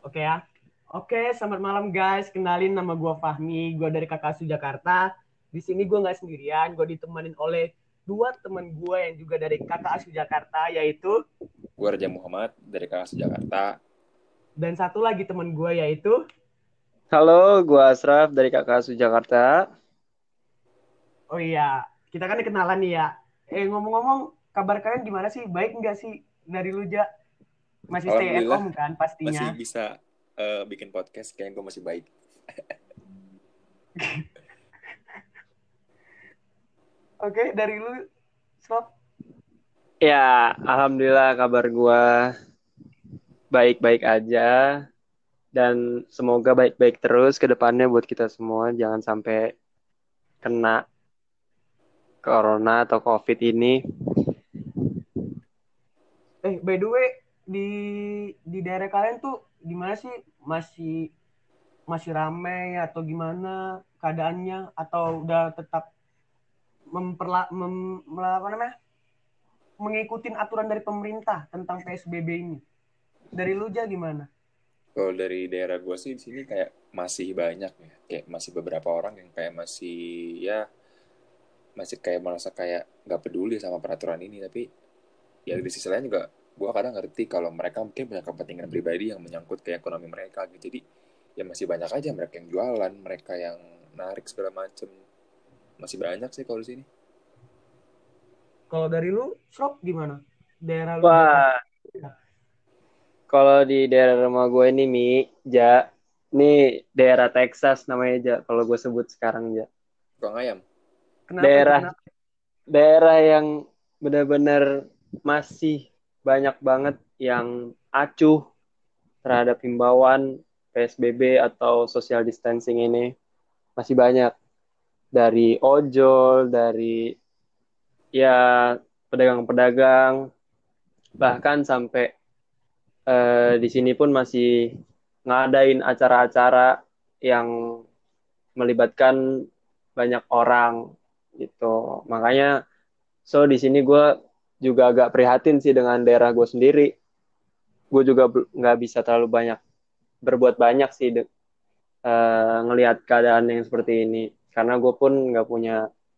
Oke ya. Oke, selamat malam guys. Kenalin nama gue Fahmi. Gue dari KKSU Jakarta. Di sini gue nggak sendirian. Gue ditemenin oleh dua teman gue yang juga dari KKSU Jakarta, yaitu Gue Raja Muhammad dari KKS Jakarta. dan satu lagi teman gue yaitu. Halo, gua Asraf dari KKSU Jakarta. Oh iya, kita kan kenalan nih ya. Ngomong-ngomong, kabar kalian gimana sih? Baik nggak sih dari lu, Ja? Masih stay at Alhamdulillah home kan pastinya. masih bisa bikin podcast. Kayaknya gue masih baik. Oke, dari lu, Slop. Ya, alhamdulillah kabar gua baik-baik aja dan semoga baik-baik terus ke depannya buat kita semua. Jangan sampai kena corona atau COVID ini. By the way, di daerah kalian tuh gimana sih? Masih masih ramai atau gimana keadaannya atau udah tetap apa namanya mengikuti aturan dari pemerintah tentang PSBB ini? Dari lu aja gimana? Kalau dari daerah gue sih di sini kayak masih banyak ya. Kayak masih beberapa orang yang kayak ya masih kayak merasa kayak nggak peduli sama peraturan ini. Tapi ya di sisi lain juga gue kadang ngerti kalau mereka mungkin punya kepentingan pribadi yang menyangkut ke ekonomi mereka gitu. Jadi ya masih banyak aja mereka yang jualan, mereka yang narik segala macem. Masih banyak sih kalau di sini. Kalau dari lu, Slop gimana? Daerah lu dekat. Wah, kalau di daerah rumah gue ini, ini daerah Texas namanya, kalau gue sebut sekarang, Tukang ayam. Kenapa itu? Daerah Kenapa? daerah yang benar-benar masih banyak banget yang acuh terhadap himbauan PSBB atau social distancing ini. Masih banyak dari ojol, dari ya pedagang-pedagang, bahkan sampai di sini pun masih ngadain acara-acara yang melibatkan banyak orang gitu. Makanya di sini gue juga agak prihatin sih dengan daerah gue sendiri. Gue juga nggak bisa terlalu banyak berbuat banyak sih ngelihat keadaan yang seperti ini karena gue pun nggak punya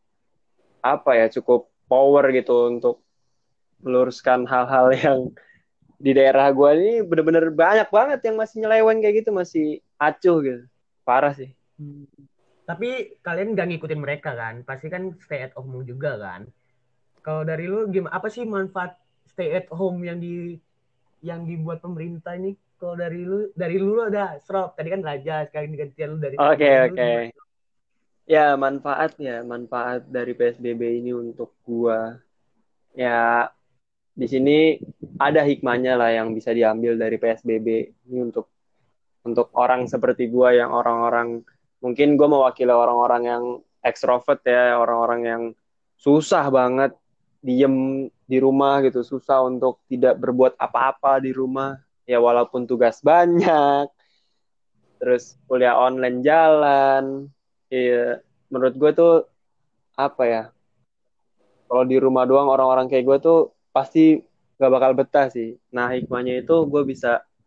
apa ya cukup power gitu untuk meluruskan hal-hal yang di daerah gue ini bener-bener banyak banget yang masih nyeleweng kayak gitu, masih acuh gitu, parah sih. Hmm. Tapi kalian nggak ngikutin mereka kan? Pasti kan stay at home juga kan? Kalau dari lu gimana? Apa sih manfaat stay at home yang dibuat pemerintah ini? Kalau dari lu ada Srop. Tadi kan Raja, sekarang gantian lu Oke, dari lu oke. gimana? Ya, manfaat dari PSBB ini untuk gua ya, di sini ada hikmahnya lah yang bisa diambil dari PSBB ini untuk orang seperti gua, yang orang-orang, mungkin gua mewakili orang-orang yang ekstrovert ya, orang-orang yang susah banget diem di rumah gitu, susah untuk tidak berbuat apa-apa di rumah ya, walaupun tugas banyak, terus kuliah online jalan. Iya, menurut gue tuh apa ya, kalau di rumah doang orang-orang kayak gue tuh pasti gak bakal betah sih. Nah, hikmahnya itu gue bisa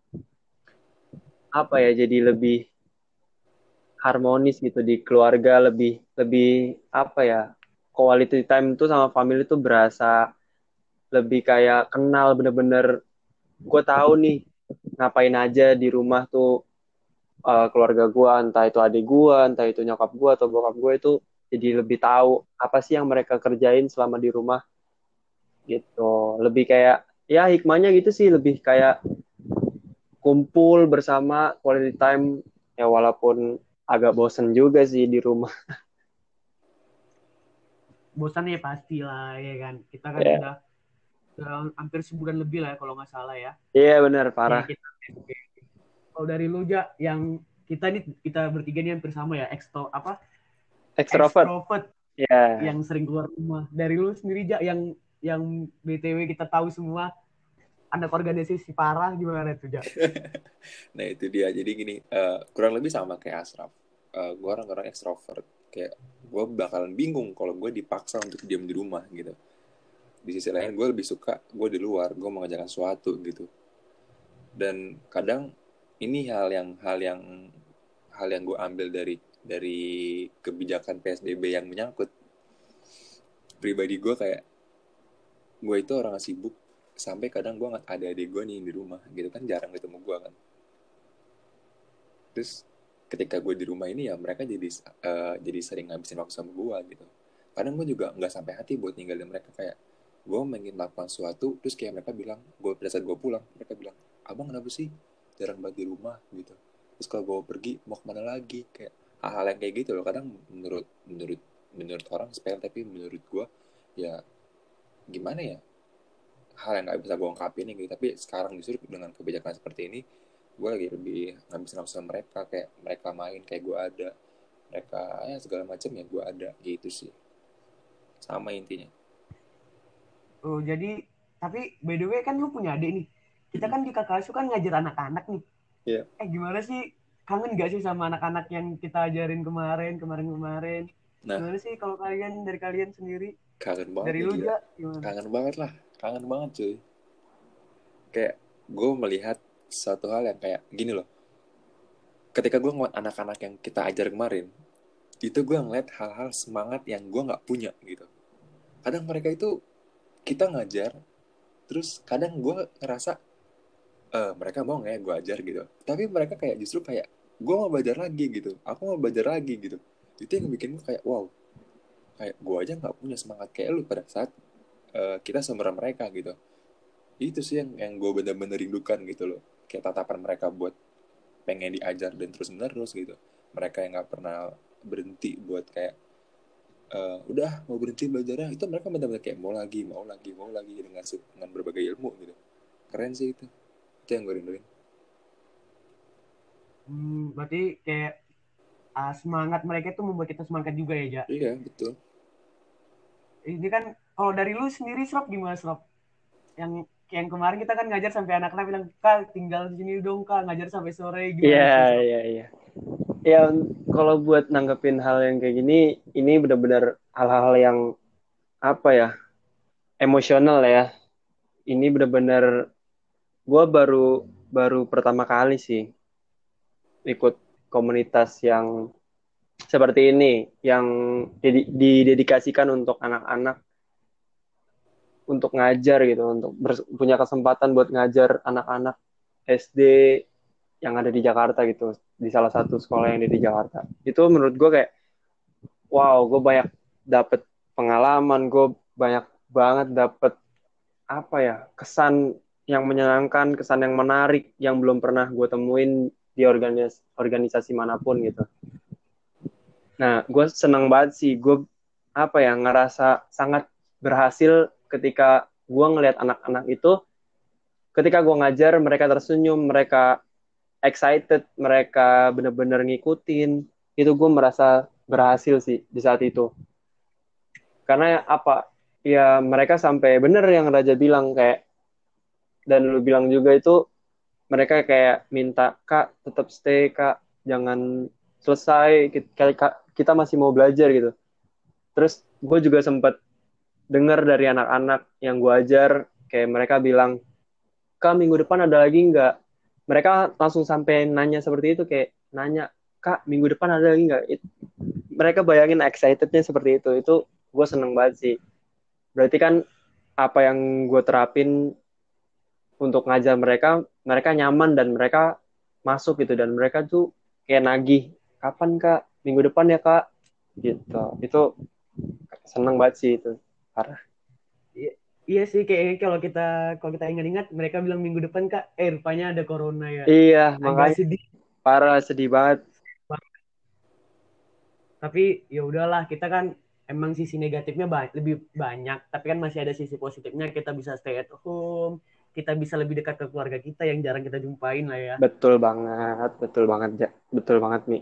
apa ya, jadi lebih harmonis gitu di keluarga, lebih lebih apa ya, quality time itu sama family tuh berasa lebih kayak kenal bener-bener. Gue tahu nih ngapain aja di rumah tuh, keluarga gue, entah itu adik gue, entah itu nyokap gue atau bokap gue, itu jadi lebih tahu apa sih yang mereka kerjain selama di rumah gitu. Lebih kayak ya hikmahnya gitu sih, lebih kayak kumpul bersama, quality time ya, walaupun agak bosen juga sih di rumah. Bosan ya pasti lah ya kan. Kita kan Ya, udah hampir sebulan lebih lah ya, kalau nggak salah ya. iya benar, Yang parah. kita Kalau dari lu Ja, yang kita bertiga ini hampir sama ya, Extrovert. ekstrovert Ya. yang sering keluar rumah. Dari lu sendiri Ja, yang BTW kita tahu semua anak organisasi parah, gimana tuh Ja? Nah itu dia. Jadi gini, kurang lebih sama kayak Asraf. Gue orang-orang ekstrovert. Kayak gue bakalan bingung kalau gue dipaksa untuk diam di rumah gitu. Di sisi lain gue lebih suka gue di luar, gue mengerjakan sesuatu gitu. Dan kadang ini hal yang gue ambil dari kebijakan PSBB yang menyangkut pribadi gue, kayak gue itu orang sibuk sampai kadang gue nggak ada adik gue nih di rumah gitu kan, jarang ketemu gue kan. Terus ketika gue di rumah ini ya mereka jadi sering ngabisin waktu sama gue gitu. Kadang gue juga nggak sampai hati buat ninggalin mereka, kayak gue ingin melakukan sesuatu terus kayak mereka bilang, gue pada saat gue pulang mereka bilang, abang kenapa sih jarang banget di rumah gitu. Terus kalau gue pergi mau kemana lagi, kayak hal-hal yang kayak gitu loh. Kadang menurut menurut menurut orang sepele, tapi menurut gue ya gimana ya, hal yang nggak bisa gue ungkapin gitu. Tapi sekarang justru dengan kebijakan seperti ini gue lagi lebih ngabisin waktu sama mereka, kayak mereka main kayak gue ada, mereka ya segala macam ya gue ada gitu sih, sama intinya. Oh, jadi tapi by the way kan lu punya adik nih. Kita kan di KKSU kan ngajar anak-anak nih. Iya. Gimana sih? Kangen gak sih sama anak-anak yang kita ajarin kemarin? Nah, Gimana sih kalau dari kalian sendiri? kangen banget Dari nih, lu gila. aja gimana? Kangen banget lah, kangen banget cuy. Kayak gue melihat satu hal yang kayak gini loh. Ketika gue ngeliat anak-anak yang kita ajar kemarin, itu gue ngeliat hal-hal semangat yang gue nggak punya gitu. Kadang mereka itu kita ngajar, terus kadang gue ngerasa mereka mau nggak ya gue ajar gitu. Tapi mereka kayak justru kayak gue mau belajar lagi gitu. Aku mau belajar lagi gitu. Itu yang bikin gue kayak wow, kayak gue aja nggak punya semangat kayak lu pada saat kita seumuran mereka gitu. Itu sih yang gue bener-bener rindukan gitu loh, kayak tatapan mereka buat pengen diajar dan terus menerus gitu. Mereka yang nggak pernah berhenti buat kayak udah mau berhenti belajarnya, itu mereka benar-benar kayak mau lagi dengan berbagai ilmu gitu. Keren sih itu yang gue rinduin. Berarti kayak semangat mereka itu membuat kita semangat juga ya, Ja. Iya betul. Ini kan kalau dari lu sendiri Srop gimana Srop? Yang kemarin kita kan ngajar sampai anak-anak bilang, "Kak, tinggal di sini dong, Kak, ngajar sampai sore." Iya, Gimana tuh, Srop? iya, iya. Ya, kalau buat nanggepin hal yang kayak gini, ini benar-benar hal-hal yang apa ya, emosional ya. Ini benar-benar gue baru baru pertama kali sih ikut komunitas yang seperti ini, yang didedikasikan untuk anak-anak, untuk ngajar gitu, untuk punya kesempatan buat ngajar anak-anak SD yang ada di Jakarta gitu, di salah satu sekolah yang ada di Jakarta. Itu menurut gue kayak wow, gue banyak dapet pengalaman, gue banyak banget dapet apa ya, kesan yang menyenangkan, kesan yang menarik yang belum pernah gue temuin di organisasi manapun gitu. Nah, gue seneng banget sih, gue apa ya, ngerasa sangat berhasil ketika gue ngelihat anak-anak itu, ketika gue ngajar mereka tersenyum, mereka excited, mereka bener-bener ngikutin, itu gue merasa berhasil sih di saat itu. Karena apa, ya mereka sampai bener yang Raja bilang kayak, dan lu bilang juga itu, mereka kayak minta, Kak tetap stay Kak, jangan selesai, kita masih mau belajar gitu. Terus gue juga sempat dengar dari anak-anak yang gue ajar, kayak mereka bilang, Kak minggu depan ada lagi nggak? Mereka langsung sampai nanya seperti itu, kayak nanya, Kak minggu depan ada lagi nggak? Mereka bayangin excitednya seperti itu gue seneng banget sih. Berarti kan apa yang gue terapin untuk ngajar mereka, mereka nyaman dan mereka masuk gitu, dan mereka tuh kayak nagih, kapan Kak? Minggu depan ya Kak? Gitu. Itu seneng banget sih itu. Parah. Iya, iya sih kayaknya kalau kita ingat-ingat mereka bilang minggu depan, Kak, rupanya ada corona ya. Iya, Agak makanya sedih. parah, sedih banget. Tapi ya udahlah, kita kan emang sisi negatifnya lebih banyak, tapi kan masih ada sisi positifnya. Kita bisa stay at home, kita bisa lebih dekat ke keluarga kita yang jarang kita jumpain lah ya. Betul banget, Ja. Betul banget, Mi.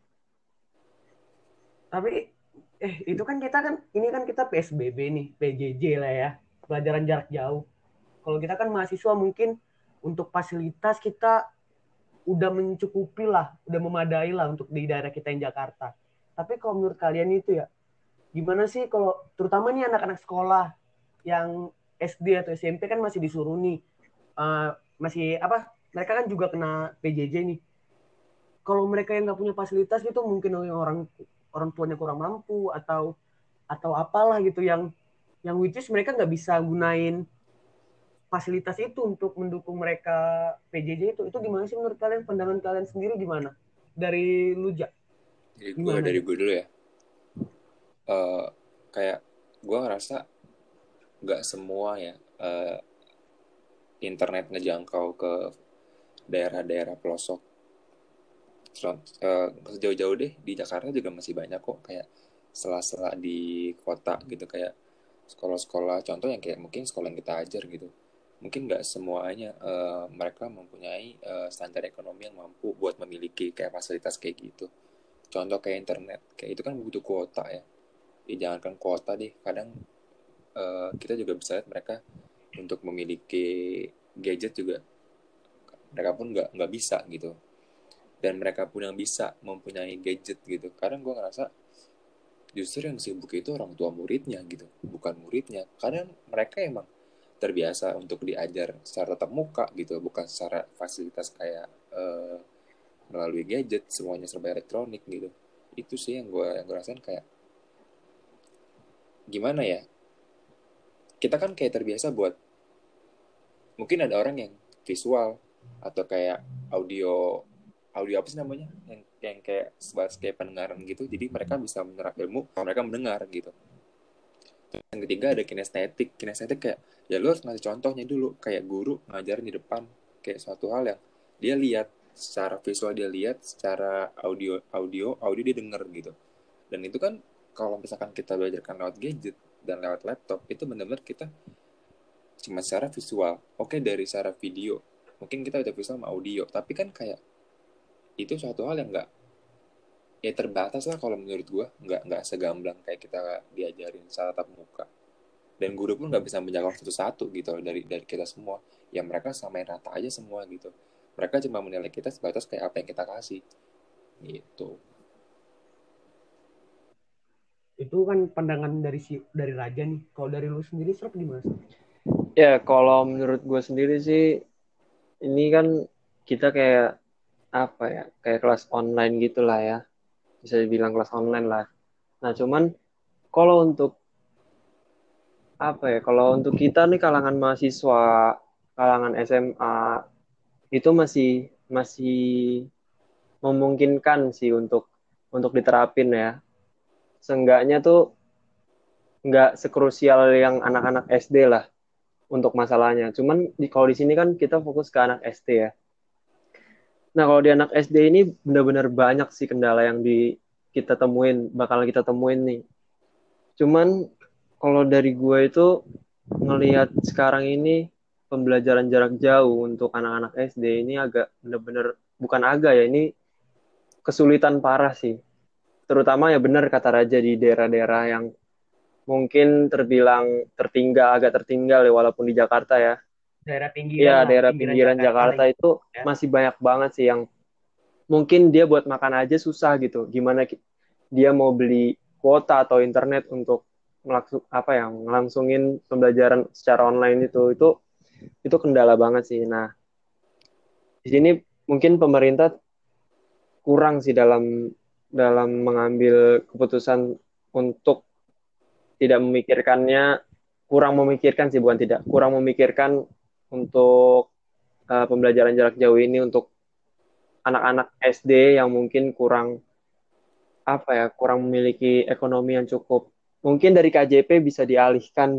Tapi itu kan kita kan ini kan kita PSBB nih, PJJ lah ya, pelajaran jarak jauh. Kalau kita kan mahasiswa mungkin untuk fasilitas kita udah mencukupi lah, udah memadai lah untuk di daerah kita yang Jakarta. Tapi kalau menurut kalian itu ya, gimana sih kalau terutama nih anak-anak sekolah yang SD atau SMP kan masih disuruh nih, masih apa? mereka kan juga kena PJJ nih. Kalau mereka yang nggak punya fasilitas gitu, mungkin orang orang tuanya kurang mampu atau apalah gitu yang which is mereka nggak bisa gunain fasilitas itu untuk mendukung mereka PJJ itu gimana sih menurut kalian, pandangan kalian sendiri gimana dari Luja gimana Dari nih? gue dulu ya. Kayak gue ngerasa nggak semua ya internet ngejangkau ke daerah-daerah pelosok. Sejauh-jauh deh di Jakarta juga masih banyak kok kayak sela-sela di kota gitu, kayak sekolah-sekolah contoh yang kayak mungkin sekolah yang kita ajar gitu, mungkin nggak semuanya mereka mempunyai standar ekonomi yang mampu buat memiliki kayak fasilitas kayak gitu. Contoh kayak internet kayak itu kan butuh kuota ya. Jangankan kuota deh, kadang kita juga bisa lihat mereka untuk memiliki gadget juga mereka pun nggak bisa gitu. Dan mereka pun yang bisa mempunyai gadget gitu, kadang gue ngerasa justru yang sibuk itu orang tua muridnya gitu, bukan muridnya. Kadang mereka emang terbiasa untuk diajar secara tatap muka gitu, bukan secara fasilitas kayak melalui gadget semuanya serba elektronik gitu. Itu sih yang gue rasain kayak gimana ya, kita kan kayak terbiasa buat, mungkin ada orang yang visual atau kayak audio audio apa sih namanya, yang kayak sebatas kayak pendengaran gitu, jadi mereka bisa menyerap ilmu kalau mereka mendengar gitu. Yang ketiga ada kinestetik kayak ya lu harus ngasih contohnya dulu, kayak guru ngajarin di depan kayak suatu hal yang dia lihat secara visual, dia lihat secara audio dia denger gitu. Dan itu kan kalau misalkan kita belajarkan lewat gadget dan lewat laptop itu benar-benar kita cuma secara visual. Oke, dari secara video mungkin kita udah visual sama audio, tapi kan kayak itu suatu hal yang nggak, ya terbatas lah kalau menurut gue, nggak segamblang kayak kita diajarin secara tatap muka. Dan guru pun nggak bisa menjawab satu-satu gitu dari kita semua. Ya mereka samain rata aja semua gitu. Mereka cuma menilai kita sebatas kayak apa yang kita kasih gitu. Itu kan pandangan dari Raja nih. Kalau dari lu sendiri Srep gimana? Ya, kalau menurut gue sendiri sih, ini kan kita kayak apa ya, kayak kelas online gitulah ya, bisa dibilang kelas online lah. Nah, cuman kalau untuk apa ya, kalau untuk kita nih kalangan mahasiswa, kalangan SMA, itu masih masih memungkinkan sih untuk diterapin ya. Seenggaknya tuh nggak sekrusial yang anak-anak SD lah untuk masalahnya. Cuman kalau di sini kan kita fokus ke anak SD ya. Nah, kalau di anak SD ini benar-benar banyak sih kendala yang kita temuin, bakal kita temuin nih. Cuman kalau dari gue itu ngelihat sekarang ini pembelajaran jarak jauh untuk anak-anak SD ini agak benar-benar, bukan agak ya, ini kesulitan parah sih. Terutama ya benar kata Raja di daerah-daerah yang mungkin terbilang agak tertinggal ya, walaupun di Jakarta ya. Daerah Iya, pinggiran lah, daerah pinggiran pinggiran Jakarta lah Jakarta itu ya. masih banyak banget sih yang mungkin dia buat makan aja susah gitu. Gimana dia mau beli kuota atau internet untuk ngelangsungin pembelajaran secara online itu kendala banget sih. Nah, di sini mungkin pemerintah kurang sih dalam dalam mengambil keputusan untuk tidak memikirkannya, kurang memikirkan sih, bukan tidak, kurang memikirkan untuk pembelajaran jarak jauh ini untuk anak-anak SD yang mungkin kurang memiliki ekonomi yang cukup. Mungkin dari KJP bisa dialihkan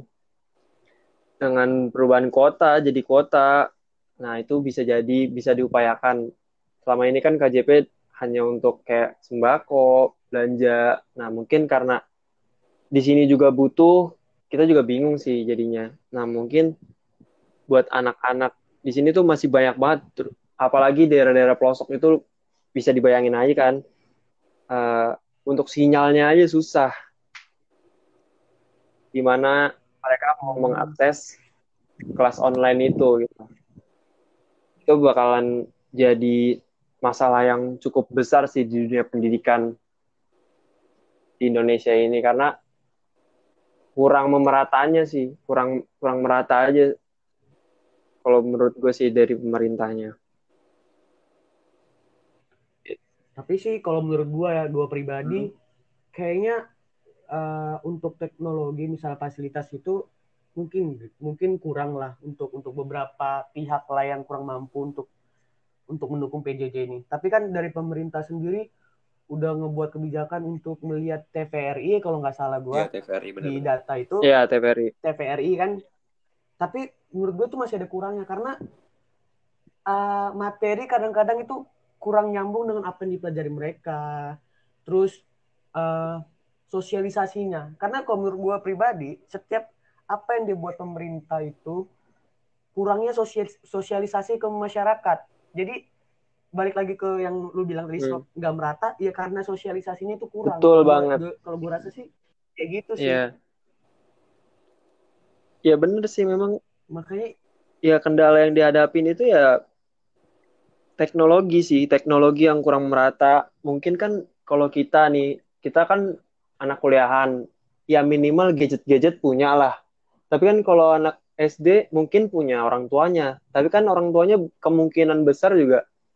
dengan perubahan kuota jadi kuota. Nah, itu bisa diupayakan. Selama ini kan KJP hanya untuk kayak sembako, belanja. Nah, mungkin karena di sini juga butuh, kita juga bingung sih jadinya. Nah, mungkin buat anak-anak di sini tuh masih banyak banget, apalagi daerah-daerah pelosok itu bisa dibayangin aja kan, uh, untuk sinyalnya aja susah, di mana mereka mau mengakses kelas online itu gitu. Itu bakalan jadi masalah yang cukup besar sih di dunia pendidikan di Indonesia ini, karena kurang memeratanya sih, kurang kurang merata aja Kalau menurut gue sih dari pemerintahnya. Tapi sih kalau menurut gua pribadi, Hmm. kayaknya untuk teknologi misal fasilitas itu mungkin mungkin kurang lah untuk beberapa pihak lah yang kurang mampu untuk mendukung PJJ ini. Tapi kan dari pemerintah sendiri udah ngebuat kebijakan untuk melihat TVRI kalau nggak salah Iya, gua TVRI di bener-bener. data itu Ya, TVRI. TVRI kan. Tapi menurut gue tuh masih ada kurangnya karena materi kadang-kadang itu kurang nyambung dengan apa yang dipelajari mereka. Terus uh, sosialisasinya. Karena kalau menurut gue pribadi, setiap apa yang dibuat pemerintah itu kurangnya sosialisasi ke masyarakat. Jadi balik lagi ke yang lu bilang tadi Hmm. nggak merata, ya karena sosialisasinya itu kurang. Betul banget. Kalau gue rasa sih kayak gitu sih. Ya, ya bener sih memang Makanya ya kendala yang dihadapin itu ya teknologi sih, teknologi yang kurang merata. Mungkin kan kalau kita kan anak kuliahan, ya minimal gadget-gadget punya lah. Tapi kan kalau anak SD mungkin punya orang tuanya, tapi kan orang tuanya kemungkinan besar juga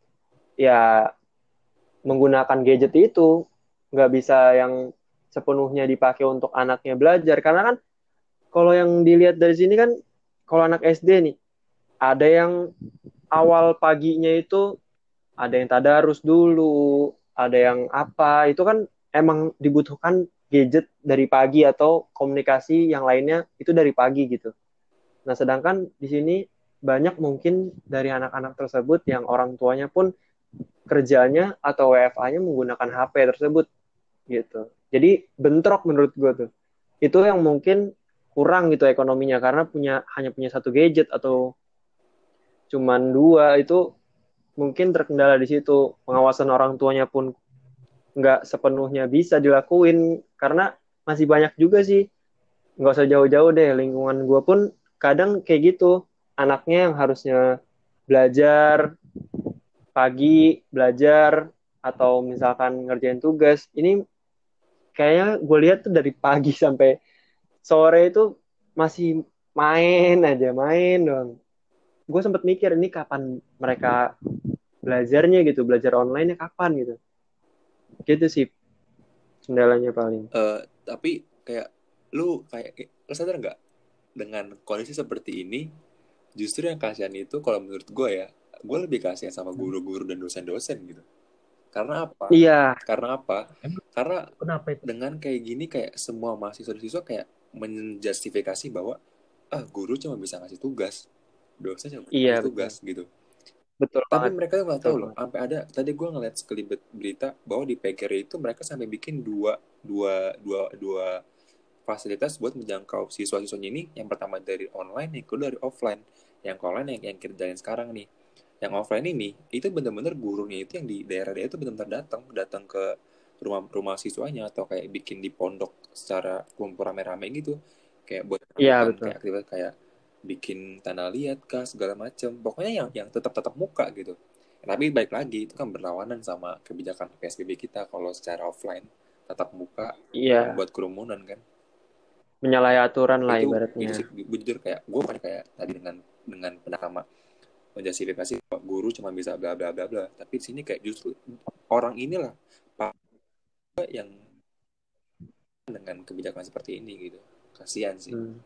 ya menggunakan gadget itu nggak bisa yang sepenuhnya dipakai untuk anaknya belajar. Karena kan kalau yang dilihat dari sini kan kalau anak SD nih ada yang awal paginya itu ada yang tadarus dulu, ada yang apa, itu kan emang dibutuhkan gadget dari pagi atau komunikasi yang lainnya itu dari pagi gitu. Nah, sedangkan di sini banyak mungkin dari anak-anak tersebut yang orang tuanya pun kerjanya atau WFA-nya menggunakan HP tersebut gitu. Jadi bentrok menurut gue tuh. Itu yang mungkin kurang gitu ekonominya karena hanya punya satu gadget atau cuman dua itu mungkin terkendala di situ. Pengawasan orang tuanya pun nggak sepenuhnya bisa dilakuin karena masih banyak juga sih. Nggak usah jauh-jauh deh, lingkungan gue pun kadang kayak gitu. Anaknya yang harusnya belajar pagi, belajar atau misalkan ngerjain tugas. Ini kayaknya gue lihat tuh dari pagi sampai sore itu masih main dong. Gue sempat mikir ini kapan mereka belajarnya gitu, belajar online-nya kapan gitu. Gitu sih kendalanya paling. Tapi kayak lu sadar nggak dengan kondisi seperti ini justru yang kasihan itu kalau menurut gue ya gue lebih kasihan sama guru-guru dan dosen-dosen gitu. Karena apa? Iya, Karena apa? emang Karena kenapa itu? dengan kayak gini kayak semua mahasiswa-siswa kayak menjustifikasi bahwa guru cuma bisa ngasih tugas, dosen cuma bisa iya ngasih betul. tugas gitu. Betul Tapi banget. mereka tuh nggak Betul tahu loh. banget. Sampai ada tadi gue ngeliat sekelibet berita bahwa di PGRI itu mereka sampai bikin dua fasilitas buat menjangkau siswa-siswanya ini. Yang pertama dari online, yang kedua dari offline. Yang online yang kerjain sekarang nih. Yang offline ini itu benar-benar gurunya itu yang di daerah dia itu benar-benar datang ke rumah siswanya atau kayak bikin di pondok secara kumpul rame-rame gitu, kayak buat Iya melakukan betul. kayak aktivitas kayak bikin tanah liat kah segala macam, pokoknya yang tetap tetap muka gitu. Tapi baik lagi itu kan berlawanan sama kebijakan PSBB kita kalau secara offline tetap muka Iya, membuat kerumunan kan. menyalahi aturan lah Itu ibaratnya. sih jujur kayak gue kan kayak tadi dengan pendakama menjustifikasi bahwa guru cuma bisa bla bla bla bla, tapi di sini kayak justru orang inilah pak yang dengan kebijakan seperti ini gitu, kasihan sih. Hmm.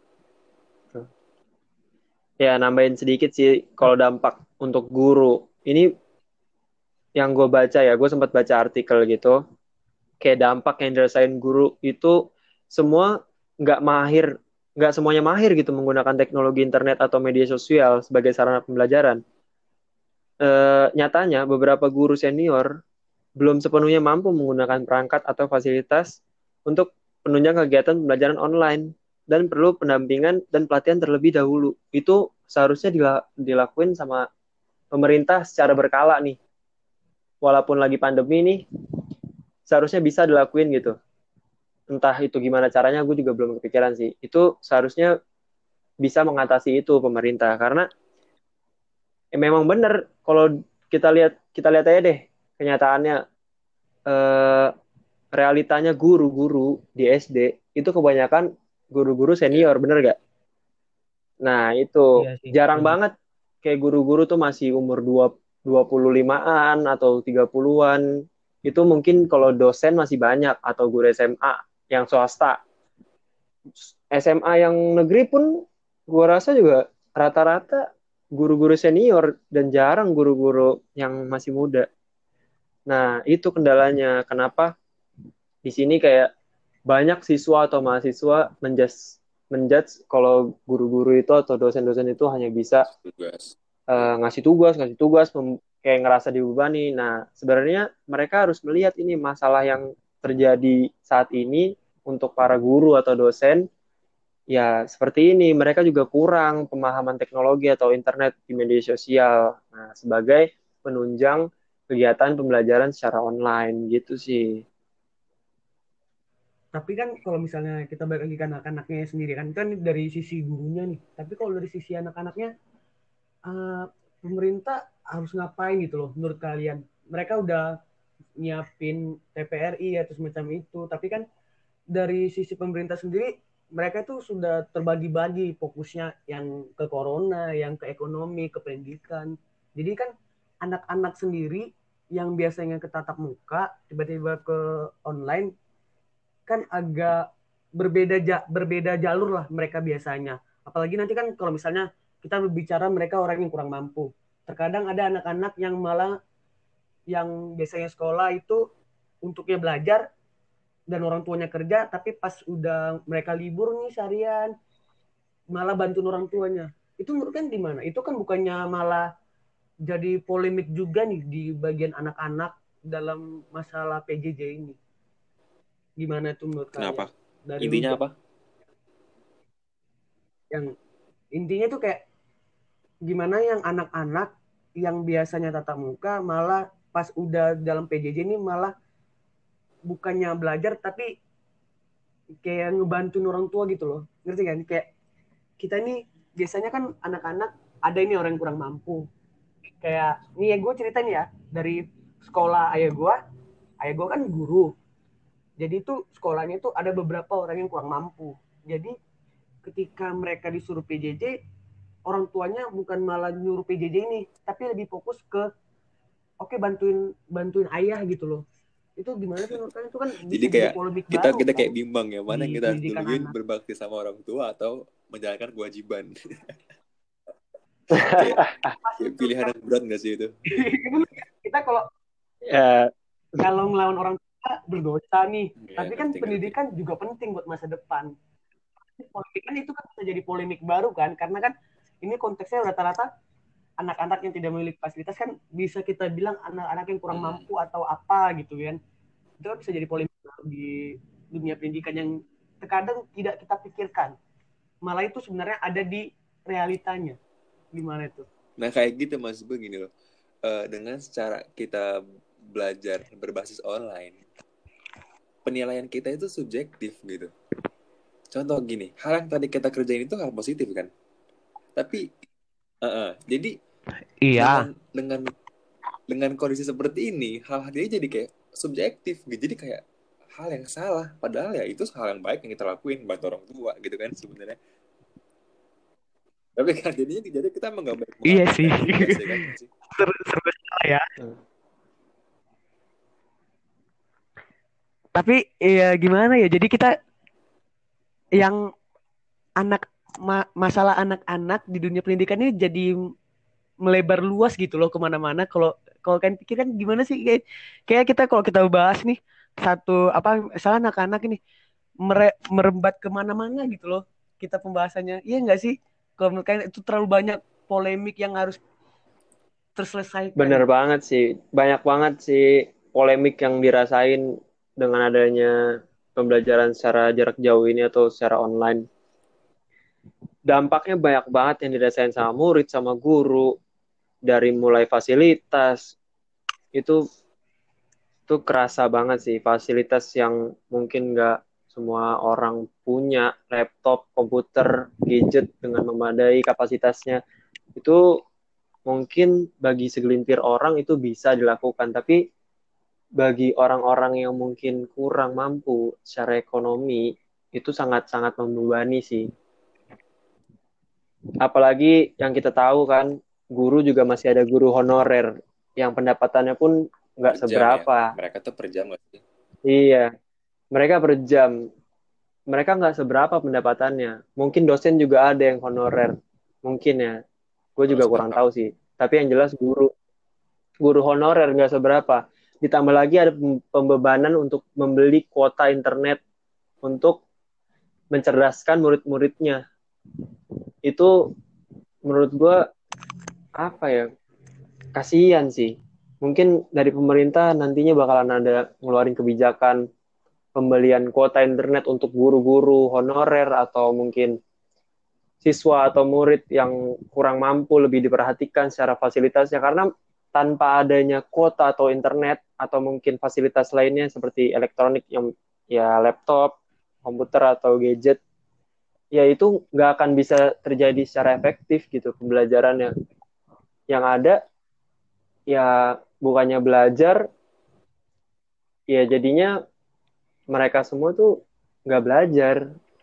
Ya, nambahin sedikit sih kalau dampak untuk guru. Ini yang gue baca ya, gue sempat baca artikel gitu. Kayak dampak yang dirasain guru itu semua nggak mahir, nggak semuanya mahir gitu menggunakan teknologi internet atau media sosial sebagai sarana pembelajaran. Nyatanya beberapa guru senior belum sepenuhnya mampu menggunakan perangkat atau fasilitas untuk penunjang kegiatan pembelajaran online dan perlu pendampingan dan pelatihan terlebih dahulu. Itu seharusnya dilakuin sama pemerintah secara berkala nih. Walaupun lagi pandemi nih, seharusnya bisa dilakuin gitu. Entah itu gimana caranya, gue juga belum kepikiran sih. Itu seharusnya bisa mengatasi itu pemerintah karena memang benar kalau kita lihat aja deh kenyataannya eh, realitanya guru-guru di SD itu kebanyakan guru-guru Ya, senior, bener gak? Nah, itu Iya sih, jarang setuju. banget kayak guru-guru tuh masih umur 25-an atau 30-an. Itu mungkin kalau dosen masih banyak atau guru SMA yang swasta. SMA yang negeri pun gua rasa juga rata-rata guru-guru senior dan jarang guru-guru yang masih muda. Nah, itu kendalanya. Kenapa di sini kayak banyak siswa atau mahasiswa menjudge kalau guru-guru itu atau dosen-dosen itu hanya bisa tugas. ngasih tugas, kayak ngerasa dibebani. Nah, sebenarnya mereka harus melihat ini masalah yang terjadi saat ini untuk para guru atau dosen. Ya, seperti ini, mereka juga kurang pemahaman teknologi atau internet di media sosial. Nah, sebagai penunjang kegiatan pembelajaran secara online gitu sih. Tapi kan kalau misalnya kita balik lagi ke anak-anaknya sendiri kan dari sisi gurunya nih. Tapi kalau dari sisi anak-anaknya, uh, pemerintah harus ngapain gitu loh menurut kalian? Mereka udah nyiapin TPRI atau semacam itu, tapi kan dari sisi pemerintah sendiri mereka itu sudah terbagi-bagi fokusnya yang ke corona, yang ke ekonomi, ke pendidikan. Jadi kan anak-anak sendiri yang biasanya ke tatap muka tiba-tiba ke online kan agak berbeda jalur lah mereka biasanya. Apalagi nanti kan kalau misalnya kita berbicara mereka orang yang kurang mampu. Terkadang ada anak-anak yang malah yang biasanya sekolah itu untuknya belajar dan orang tuanya kerja, tapi pas udah mereka libur nih seharian malah bantu orang tuanya. Itu menurut kan di mana? Itu kan bukannya malah jadi polemik juga nih di bagian anak-anak dalam masalah PJJ ini. Gimana tuh menurut kalian? Kenapa? Dari lu Intinya apa? yang intinya tuh kayak gimana yang anak-anak yang biasanya tatap muka malah pas udah dalam PJJ ini malah bukannya belajar tapi kayak ngebantu orang tua gitu loh, ngerti kan? Kayak kita ini biasanya kan anak-anak ada ini orang yang kurang mampu, kayak nih ya gue cerita nih ya dari sekolah ayah gue kan guru, jadi tuh sekolahnya tuh ada beberapa orang yang kurang mampu, jadi ketika mereka disuruh PJJ orang tuanya bukan malah nyuruh PJJ ini tapi lebih fokus ke oke bantuin bantuin ayah gitu loh. Itu gimana sih menurut kalian? Itu kan Jadi bisa jadi kayak polemik kita baru kita kan kayak bimbang ya, mana yang di kita harus pendidikan duluin anak. berbakti sama orang tua atau menjalankan kewajiban. kayak kayak pilihan yang berat nggak sih itu? Kita kalau Ya, kalau ngelawan orang tua berdosa nih, Ya tapi kan ngerti-ngerti. pendidikan juga penting buat masa depan. Polemik kan itu kan bisa jadi polemik baru kan, karena kan ini konteksnya rata-rata anak-anak yang tidak memiliki fasilitas kan bisa kita bilang anak-anak yang kurang mampu atau apa gitu kan. Itu kan bisa jadi polemik baru di dunia pendidikan yang terkadang tidak kita pikirkan. Malah itu sebenarnya ada di realitanya. Gimana itu? Nah kayak gitu Mas begini loh. Dengan secara kita belajar berbasis online, penilaian kita itu subjektif gitu. Contoh gini, hal yang tadi kita kerjain itu hal positif kan. Tapi jadi Iya. dengan kondisi seperti ini, hal-hal ini jadi kayak subjektif gitu. Jadi kayak hal yang salah. Padahal ya itu hal yang baik yang kita lakuin bantu orang tua gitu kan sebenarnya. Tapi kan jadinya jadi kita Iya sih. mengabaikan tugas ya kan sih. Serba salah ya. Tapi ya gimana ya? Jadi kita yang anak masalah anak-anak di dunia pendidikan ini jadi melebar luas gitu loh kemana-mana. Kalau kalau kan pikir kan gimana sih kayak kita kalau kita bahas nih satu apa salah anak-anak ini merembat kemana-mana gitu loh kita pembahasannya. Iya nggak sih? Kalau menurut kalian itu terlalu banyak polemik yang harus terselesaikan bener gitu. banget sih. Banyak banget sih polemik yang dirasain dengan adanya pembelajaran secara jarak jauh ini atau secara online. Dampaknya banyak banget yang dirasain sama murid, sama guru, dari mulai fasilitas, itu kerasa banget sih. Fasilitas yang mungkin nggak semua orang punya, laptop, komputer, gadget dengan memadai kapasitasnya. Itu mungkin bagi segelintir orang itu bisa dilakukan, tapi bagi orang-orang yang mungkin kurang mampu secara ekonomi itu sangat-sangat membebani sih. Apalagi yang kita tahu kan guru juga masih ada guru honorer yang pendapatannya pun nggak Per jam ya. seberapa. Mereka tuh per jam nggak sih? Iya, mereka per jam. Mereka nggak seberapa pendapatannya. Mungkin dosen juga ada yang honorer. Mungkin ya. Gue juga Masuk kurang akal. tahu sih. Tapi yang jelas guru honorer nggak seberapa. Ditambah lagi ada pembebanan untuk membeli kuota internet untuk mencerdaskan murid-muridnya. Itu menurut gue apa ya? Kasihan sih. Mungkin dari pemerintah nantinya bakalan ada ngeluarin kebijakan pembelian kuota internet untuk guru-guru honorer atau mungkin siswa atau murid yang kurang mampu lebih diperhatikan secara fasilitasnya karena tanpa adanya kuota atau internet atau mungkin fasilitas lainnya seperti elektronik yang ya laptop, komputer atau gadget ya itu nggak akan bisa terjadi secara efektif gitu pembelajarannya. Yang ada ya bukannya belajar ya jadinya mereka semua tuh nggak belajar.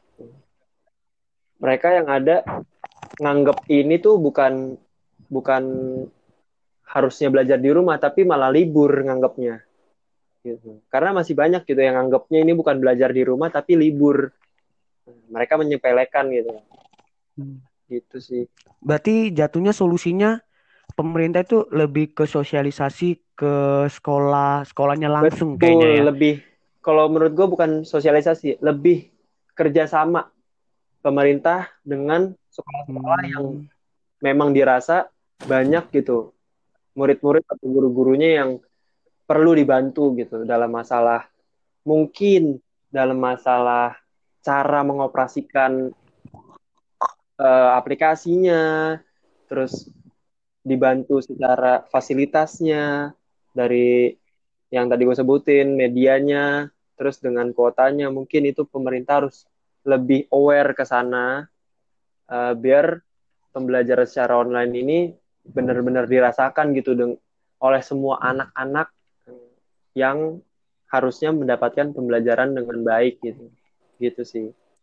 Mereka yang ada nganggep ini tuh bukan bukan harusnya belajar di rumah tapi malah libur nganggapnya gitu. Karena masih banyak gitu yang nganggapnya ini bukan belajar di rumah tapi libur. Mereka menyepelekan gitu. Gitu sih. Berarti jatuhnya solusinya pemerintah itu lebih ke sosialisasi ke sekolahnya langsung kayaknya ya. Betul, lebih kalau menurut gue bukan sosialisasi, lebih kerjasama pemerintah dengan sekolah-sekolah yang Hmm. memang dirasa banyak gitu murid-murid atau guru-gurunya yang perlu dibantu gitu dalam masalah mungkin dalam masalah cara mengoperasikan aplikasinya, terus dibantu secara fasilitasnya dari yang tadi gue sebutin, medianya, terus dengan kuotanya, mungkin itu pemerintah harus lebih aware ke sana biar pembelajaran secara online ini benar-benar dirasakan gitu oleh semua anak-anak yang harusnya mendapatkan pembelajaran dengan baik gitu. Gitu sih.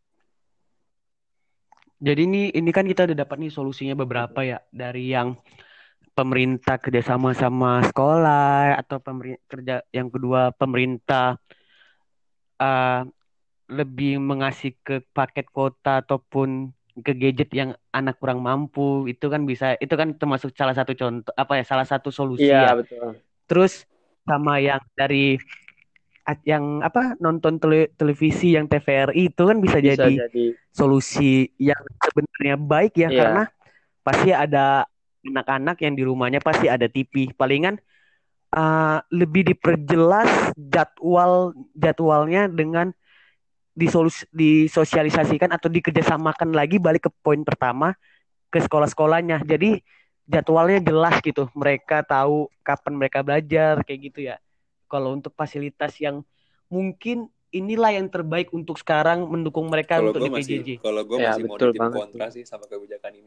Jadi ini kan kita udah dapat nih solusinya beberapa ya dari yang pemerintah kerjasama sama sekolah atau kerja yang kedua pemerintah uh, lebih mengasih ke paket kuota ataupun ke gadget yang anak kurang mampu itu kan bisa itu kan termasuk salah satu contoh apa ya salah satu solusi Iya, ya. betul. Terus sama yang dari yang apa nonton televisi yang TVRI itu kan bisa Bisa jadi jadi. solusi yang sebenarnya baik ya karena Iya, pasti ada anak-anak yang di rumahnya pasti ada TV. Palingan lebih diperjelas jadwalnya dengan disosialisasikan atau dikerjasamakan lagi balik ke poin pertama ke sekolah-sekolahnya. Jadi jadwalnya jelas gitu. Mereka tahu kapan mereka belajar kayak gitu ya. Kalau untuk fasilitas yang mungkin inilah yang terbaik untuk sekarang mendukung mereka untuk di PJJ. Kalau gue ya masih mau betul di tim banget sih. kontra sih sama kebijakan ini.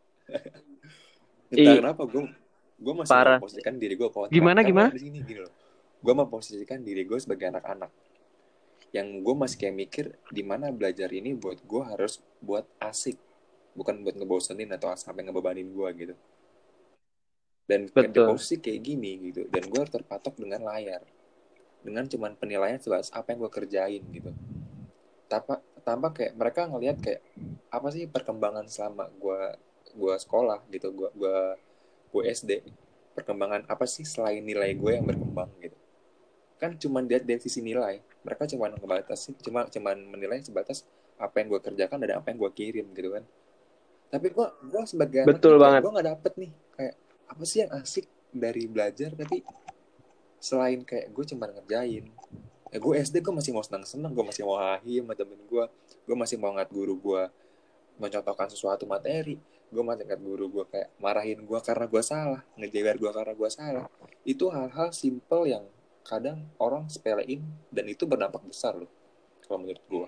Entah Ih, kenapa gue masih mau parah. posisikan diri gue kontra Gimana karena gimana? di sini gini loh. Gue memposisikan diri gue sebagai anak-anak yang gue masih kayak mikir di mana belajar ini buat gue harus buat asik, bukan buat ngebosenin atau sampai ngebebanin gue gitu. Dan di Betul. posisi kayak gini gitu, dan gue terpatok dengan layar, dengan cuman penilaian sebatas apa yang gue kerjain gitu. Tanpa kayak mereka ngelihat kayak apa sih perkembangan selama gue sekolah gitu, gue SD, perkembangan apa sih selain nilai gue yang berkembang gitu. Kan cuma lihat dari sisi nilai, mereka cuma cuman menilai sebatas apa yang gue kerjakan dan apa yang gue kirim gitu kan. Tapi gue sebagai anak Betul nih kayak banget. gue nggak dapet nih kayak apa sih yang asik dari belajar, tapi selain kayak gue cuma ngerjain. Gue SD gue masih mau senang-senang, gue masih mau hahi sama temen gue masih mau ngat guru gue mencontohkan sesuatu materi, gue masih ngat guru gue kayak marahin gue karena gue salah, ngejewer gue karena gue salah. Itu hal-hal simple yang kadang orang sepelein dan itu berdampak besar loh kalau menurut gue.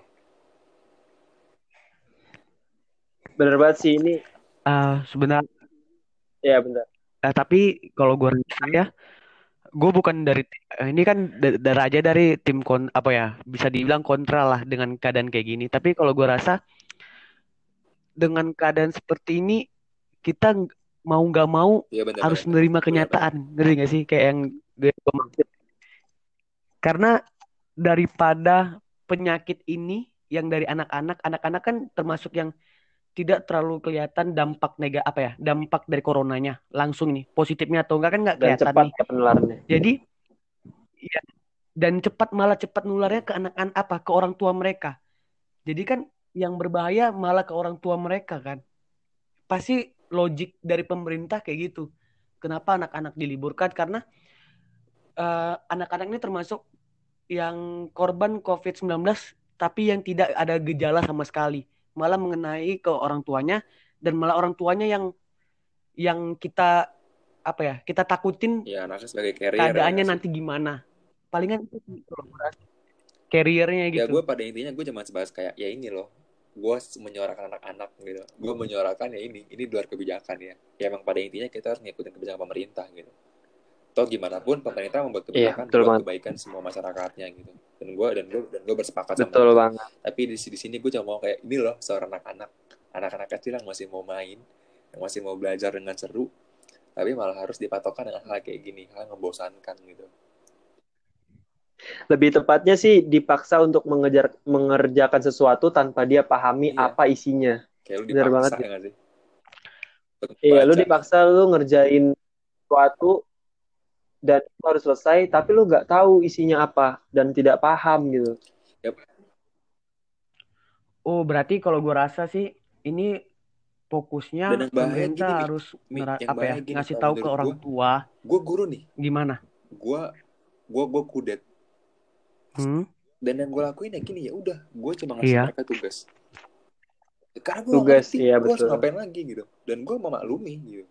Bener banget sih ini. Sebenarnya Ya bener. tapi kalau gue rasa Hmm? ya gue bukan dari ini kan aja dari tim apa ya bisa dibilang kontra lah dengan keadaan kayak gini tapi kalau gue rasa dengan keadaan seperti ini kita mau nggak mau Iya harus benar-benar menerima benar-benar. kenyataan, ngerti nggak sih? Kayak yang gue maksud. Karena daripada penyakit ini yang dari anak-anak, anak-anak kan termasuk yang tidak terlalu kelihatan dampak dari coronanya langsung nih, positifnya atau enggak kan nggak Dan kelihatan cepat nih. ya penularannya. Jadi ya, dan malah cepat nularnya ke anak-anak ke orang tua mereka. Jadi kan yang berbahaya malah ke orang tua mereka kan. Pasti logik dari pemerintah kayak gitu. Kenapa anak-anak diliburkan? Karena anak-anak ini termasuk yang korban COVID-19 tapi yang tidak ada gejala sama sekali. Malah mengenai ke orang tuanya dan malah orang tuanya yang kita kita takutin Ya anaknya sebagai carrier ya keadaannya nggak sih? nanti gimana. Palingan itu sih kolaborasi carrier-nya Ya gitu. gue pada intinya gue cuma sebahas kayak ya ini loh, gue menyuarakan anak-anak gitu, gue menyuarakan ya ini di luar kebijakan ya. Ya emang pada intinya kita harus ngikutin kebijakan pemerintah gitu. Toh gimana pun pemerintah membuat Iya, kebijakan betul buat banget. kebaikan semua masyarakatnya gitu. Dan gue bersepakat sama Betul itu. banget. Tapi di sini gue cuma mau kayak ini loh, seorang anak-anak kecil yang masih mau main, yang masih mau belajar dengan seru, tapi malah harus dipatokkan dengan hal kayak gini, hal yang membosankan gitu. Lebih tepatnya sih dipaksa untuk mengerjakan sesuatu tanpa dia pahami Iya, apa isinya. kayak lu Bener banget dipaksa ya gitu. nggak sih untuk Iya, lu baca. dipaksa lu ngerjain sesuatu dan itu harus selesai, tapi lu nggak tahu isinya apa dan tidak paham gitu. Ya, Oh, berarti kalau gue rasa sih ini fokusnya dan yang bahaya pemerintah gini harus yang bahaya gini ngasih kalau tahu ke menurut orang tua gue guru nih, gimana. gue gue kudet, Hmm? dan yang gue lakuin ya gini, ya udah gue cuma ngasih Iya. mereka tugas karena gue gak Tugas, ngerti iya gue harus betul. ngapain lagi gitu, dan gue memaklumi gitu.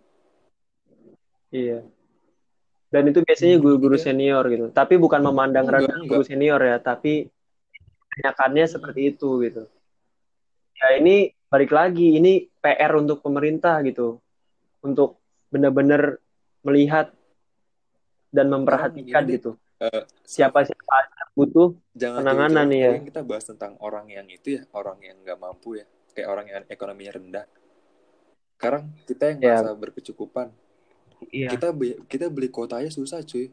Iya. Dan itu biasanya guru-guru Iya, senior gitu. Tapi bukan memandang rendah guru enggak senior ya, tapi kebanyakannya seperti itu gitu. Ya ini balik lagi, ini PR untuk pemerintah gitu, untuk benar-benar melihat dan sekarang gini memperhatikan deh, gitu. Saf, Siapa-siapa yang butuh jangan penanganan jauh-jauh nih ya. dari yang kita bahas tentang orang yang itu ya, orang yang nggak mampu ya, kayak orang yang ekonominya rendah. Sekarang kita yang Ya, merasa berkecukupan, Iya. kita beli kuotanya susah cuy,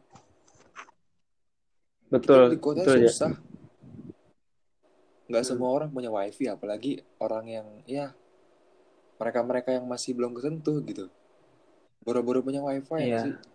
kita beli betul, kuotanya betul ya. susah. Nggak Hmm. semua orang punya wifi, apalagi orang yang ya mereka-mereka yang masih belum kesentuh gitu, boro-boro punya wifi ya nggak sih? Iya.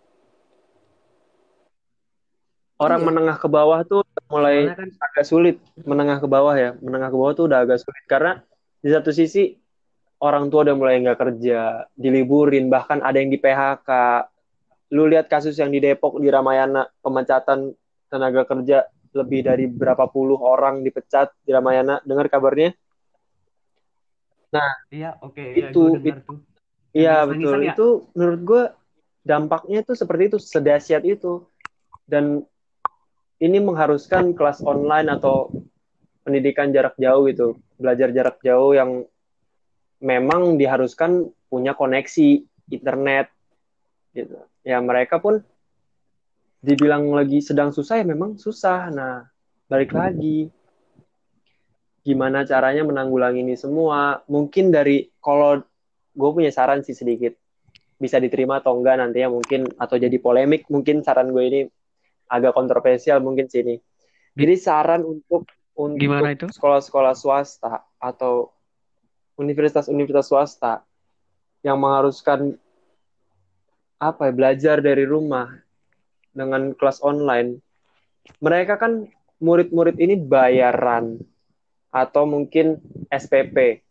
Orang Iya, menengah ke bawah tuh mulai Soalnya kan agak sulit. Menengah ke bawah ya, menengah ke bawah tuh udah agak sulit karena di satu sisi orang tua udah mulai nggak kerja, diliburin, bahkan ada yang di PHK. Lu lihat kasus yang di Depok di Ramayana, pemecatan tenaga kerja lebih dari berapa puluh orang dipecat di Ramayana, dengar kabarnya? Nah, iya, oke, iya itu, gue dengar itu tuh. Yang iya betul. instan-instan ya. Itu menurut gue dampaknya itu seperti itu, sedahsyat itu. Dan ini mengharuskan kelas online atau pendidikan jarak jauh gitu, belajar jarak jauh yang memang diharuskan punya koneksi internet gitu. Ya mereka pun dibilang lagi sedang susah ya memang susah. Nah, balik lagi gimana caranya menanggulangi ini semua? Mungkin dari kalau gue punya saran sih sedikit, bisa diterima atau enggak nantinya mungkin atau jadi polemik, mungkin saran gue ini agak kontroversial mungkin sini. Jadi saran Gimana untuk itu? sekolah-sekolah swasta atau universitas-universitas swasta yang mengharuskan apa ya, belajar dari rumah dengan kelas online. Mereka kan murid-murid ini bayaran atau mungkin SPP.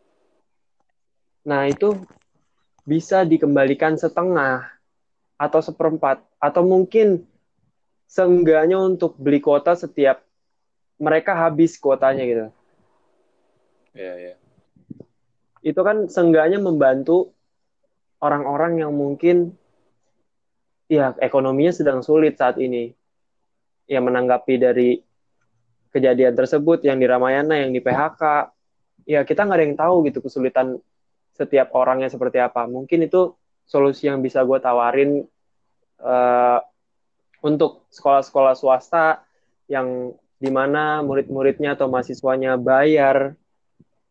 Nah, itu bisa dikembalikan setengah atau seperempat atau mungkin seenggaknya untuk beli kuota setiap mereka habis kuotanya gitu. iya, iya. Itu kan seenggaknya membantu orang-orang yang mungkin ya ekonominya sedang sulit saat ini. Ya menanggapi dari kejadian tersebut yang di Ramayana, yang di PHK, ya kita nggak ada yang tahu gitu kesulitan setiap orangnya seperti apa. Mungkin itu solusi yang bisa gue tawarin uh, untuk sekolah-sekolah swasta yang di mana murid-muridnya atau mahasiswanya bayar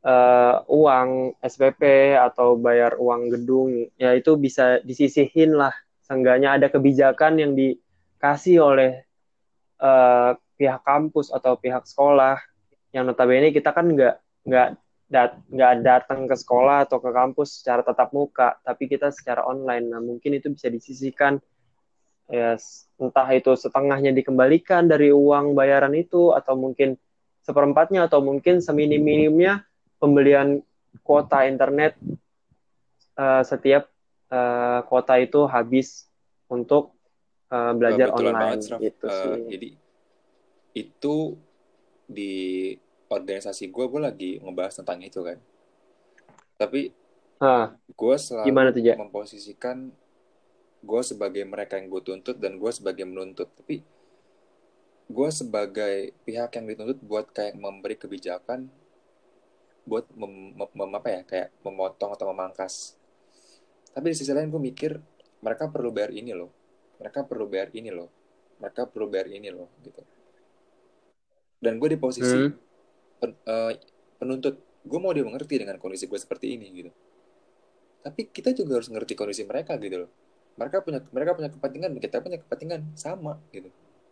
uang SPP atau bayar uang gedung, ya itu bisa disisihin lah. Seenggaknya ada kebijakan yang dikasih oleh pihak kampus atau pihak sekolah, yang notabene kita kan nggak nggak datang ke sekolah atau ke kampus secara tatap muka, tapi kita secara online. Nah, mungkin itu bisa disisihkan, ya, entah itu setengahnya dikembalikan dari uang bayaran itu, atau mungkin seperempatnya, atau mungkin seminim-minimnya pembelian kuota internet setiap kuota itu habis untuk belajar Betulan banget, online Raf. gitu sih. Jadi itu di organisasi gue lagi ngebahas tentang itu kan. Tapi Nah, gue gimana selalu tuh, Ja? memposisikan gue sebagai mereka yang gue tuntut dan gue sebagai menuntut. Tapi gue sebagai pihak yang dituntut buat kayak memberi kebijakan buat apa ya, kayak memotong atau memangkas. Tapi di sisi lain gue mikir mereka perlu bayar ini loh, mereka perlu bayar ini loh, mereka perlu bayar ini loh gitu. Dan gue di posisi Hmm? penuntut, gue mau dia mengerti dengan kondisi gue seperti ini gitu. Tapi kita juga harus ngerti kondisi mereka gitu loh. Mereka punya kepentingan, kita punya kepentingan sama gitu.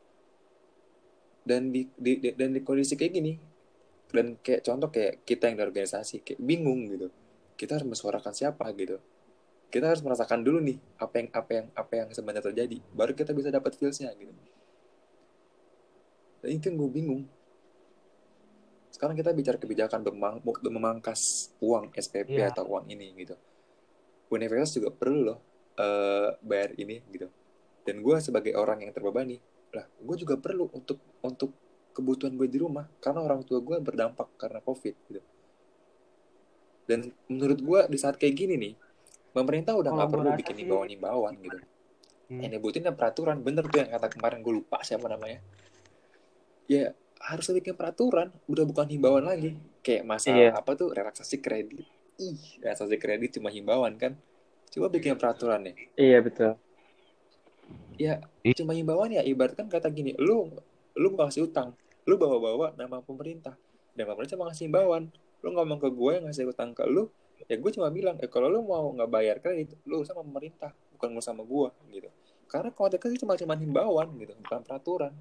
Dan di kondisi kayak gini, dan kayak contoh kayak kita yang di organisasi kayak bingung gitu, kita harus mensuarakan siapa gitu, kita harus merasakan dulu nih apa yang sebenarnya terjadi, baru kita bisa dapat feelsnya gitu. Dan itu yang gue bingung. Sekarang kita bicara kebijakan memangkas uang SPP Iya. atau uang ini gitu, universitas juga perlu loh bayar ini gitu. Dan gue sebagai orang yang terbebani lah, gue juga perlu untuk kebutuhan gue di rumah karena orang tua gue berdampak karena COVID gitu. Dan menurut gue di saat kayak gini nih, pemerintah udah Kalau nggak gue perlu rasa bikin sih, himbauan-himbauan gitu. hmm, Yang dibutuhin peraturan, bener tuh yang kata kemarin gue lupa siapa namanya. Ya harus bikin peraturan, udah bukan himbauan lagi. Kayak masalah Iya, apa tuh, relaksasi kredit. Relaksasi kredit cuma himbauan kan. Coba bikin peraturan nih. iya betul. Ya cuma himbauan, ya ibaratkan kata gini, lu mau kasih utang, lu bawa-bawa nama pemerintah, dan pemerintah mau ngasih himbauan, lu ngomong ke gue yang ngasih utang ke lu, ya gue cuma bilang, kalau lu mau nggak bayar kredit, lu sama pemerintah, bukan lu sama gue gitu. Karena konteks itu cuma himbauan gitu, bukan peraturan.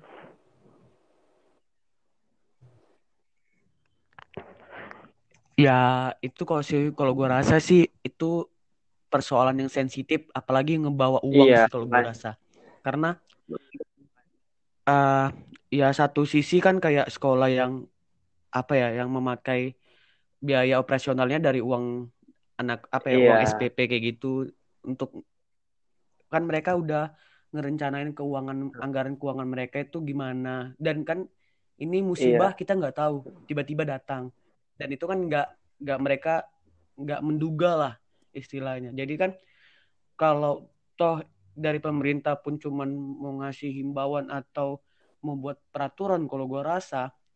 ya itu kalau gue rasa sih itu persoalan yang sensitif, apalagi ngebawa uang Iya, sih kalau gue rasa. Karena eh ya satu sisi kan kayak sekolah yang apa ya, yang memakai biaya operasionalnya dari uang anak apa ya, uang iya, SPP kayak gitu, untuk kan mereka udah ngerencanain keuangan, anggaran keuangan mereka itu gimana, dan kan ini musibah iya, kita nggak tahu tiba-tiba datang, dan itu kan nggak mereka nggak menduga lah istilahnya. Jadi kan kalau toh dari pemerintah pun cuman mau ngasih himbauan atau membuat peraturan, kalau gua rasa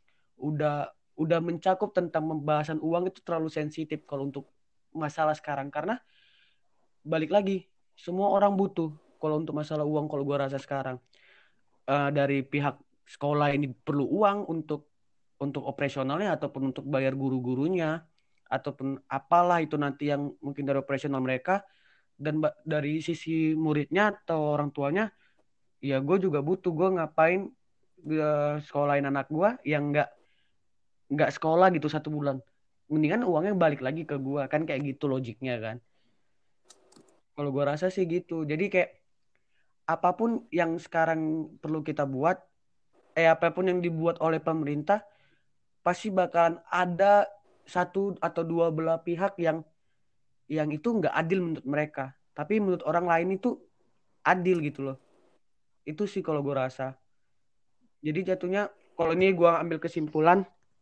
udah mencakup tentang pembahasan uang itu terlalu sensitif kalau untuk masalah sekarang. Karena balik lagi, semua orang butuh kalau untuk masalah uang. Kalau gua rasa sekarang dari pihak sekolah ini perlu uang untuk operasionalnya ataupun untuk bayar guru-gurunya ataupun apalah itu nanti yang mungkin dari operasional mereka. Dan dari sisi muridnya atau orang tuanya, ya gue juga butuh. Gue ngapain sekolahin anak gue yang nggak sekolah gitu 1 bulan, mendingan uangnya balik lagi ke gue, kan kayak gitu logiknya kan. Kalau gue rasa sih gitu. Jadi kayak apapun yang sekarang perlu kita buat, apapun yang dibuat oleh pemerintah, pasti bakalan ada satu atau dua belah pihak yang itu nggak adil menurut mereka, tapi menurut orang lain itu adil gitu loh. Itu sih kalau gue rasa. Jadi jatuhnya, kalau ini gue ambil kesimpulan,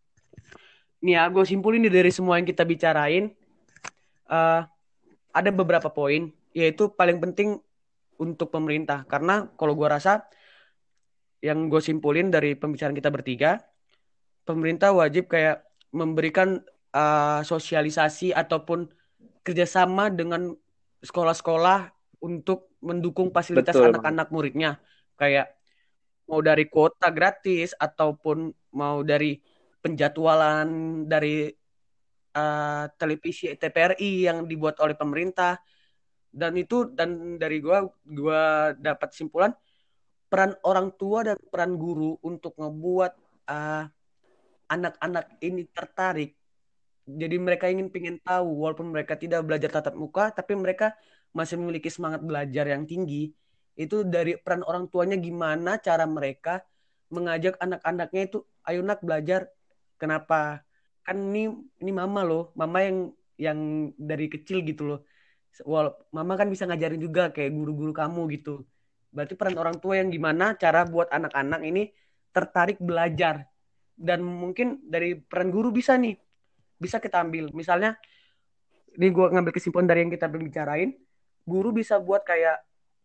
nih ya gue simpulin nih dari semua yang kita bicarain, eh, ada beberapa poin, yaitu paling penting untuk pemerintah. Karena kalau gue rasa, yang gue simpulin dari pembicaraan kita bertiga, pemerintah wajib kayak memberikan sosialisasi ataupun kerjasama dengan sekolah-sekolah untuk mendukung fasilitas betul banget. anak-anak muridnya. Kayak mau dari kuota gratis ataupun mau dari penjadwalan dari televisi TVRI yang dibuat oleh pemerintah. Dan dari gua dapat simpulan peran orang tua dan peran guru untuk ngebuat anak-anak ini tertarik. Jadi mereka pengen tahu walaupun mereka tidak belajar tatap muka tapi mereka masih memiliki semangat belajar yang tinggi. Itu dari peran orang tuanya gimana cara mereka mengajak anak-anaknya itu ayo nak belajar. Kenapa? Kan ini mama loh, mama yang dari kecil gitu loh. Mama kan bisa ngajarin juga kayak guru-guru kamu gitu. Berarti peran orang tua yang gimana cara buat anak-anak ini tertarik belajar. Dan mungkin dari peran guru bisa kita ambil. Misalnya, ini gue ngambil kesimpulan dari yang kita bicarain, guru bisa buat kayak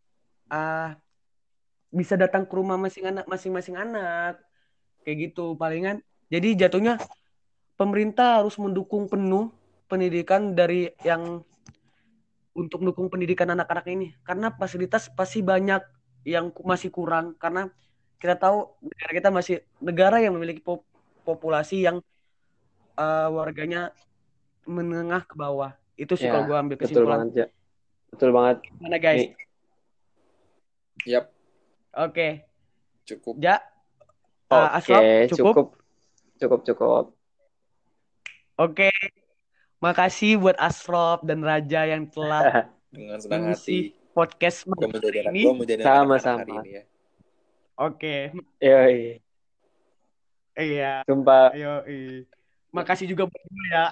bisa datang ke rumah masing-masing anak, kayak gitu palingan. Jadi jatuhnya pemerintah harus mendukung penuh pendidikan dari yang untuk mendukung pendidikan anak-anak ini, karena fasilitas pasti banyak yang masih kurang, karena kita tahu negara kita masih negara yang memiliki populasi yang warganya menengah ke bawah. Itu sih Ya, kalau gue ambil betul kesimpulan. banget, Ja. Betul banget. Gimana guys? Nih, Yap, Oke. cukup. Ja, oke, Ashraf, cukup. Cukup. Oke. Makasih buat Ashraf dan Raja yang telah Dengan senang hati. mengisi podcast Gue ini. mau jadi anak-anak Sama-sama. hari ini ya. Oke. Yoi. Iya. Sumpah. Yoi. Makasih juga buat gue ya.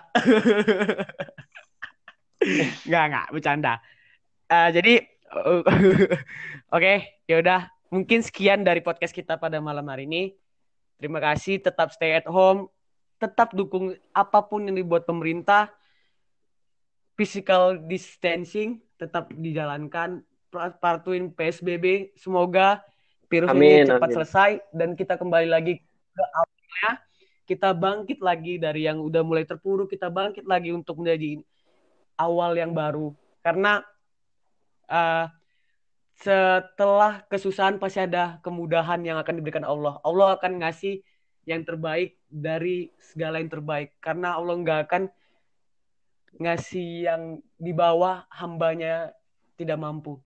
Nggak, bercanda. Jadi, oke, yaudah. Mungkin sekian dari podcast kita pada malam hari ini. Terima kasih, tetap stay at home. Tetap dukung apapun yang dibuat pemerintah. Physical distancing tetap dijalankan. Patuhin PSBB. Semoga virus ini cepat selesai. Dan kita kembali lagi ke awalnya. Kita bangkit lagi dari yang udah mulai terpuruk. Kita bangkit lagi untuk menjadi awal yang baru. Karena setelah kesusahan pasti ada kemudahan yang akan diberikan Allah. Allah akan ngasih yang terbaik dari segala yang terbaik. Karena Allah nggak akan ngasih yang di bawah hambanya tidak mampu.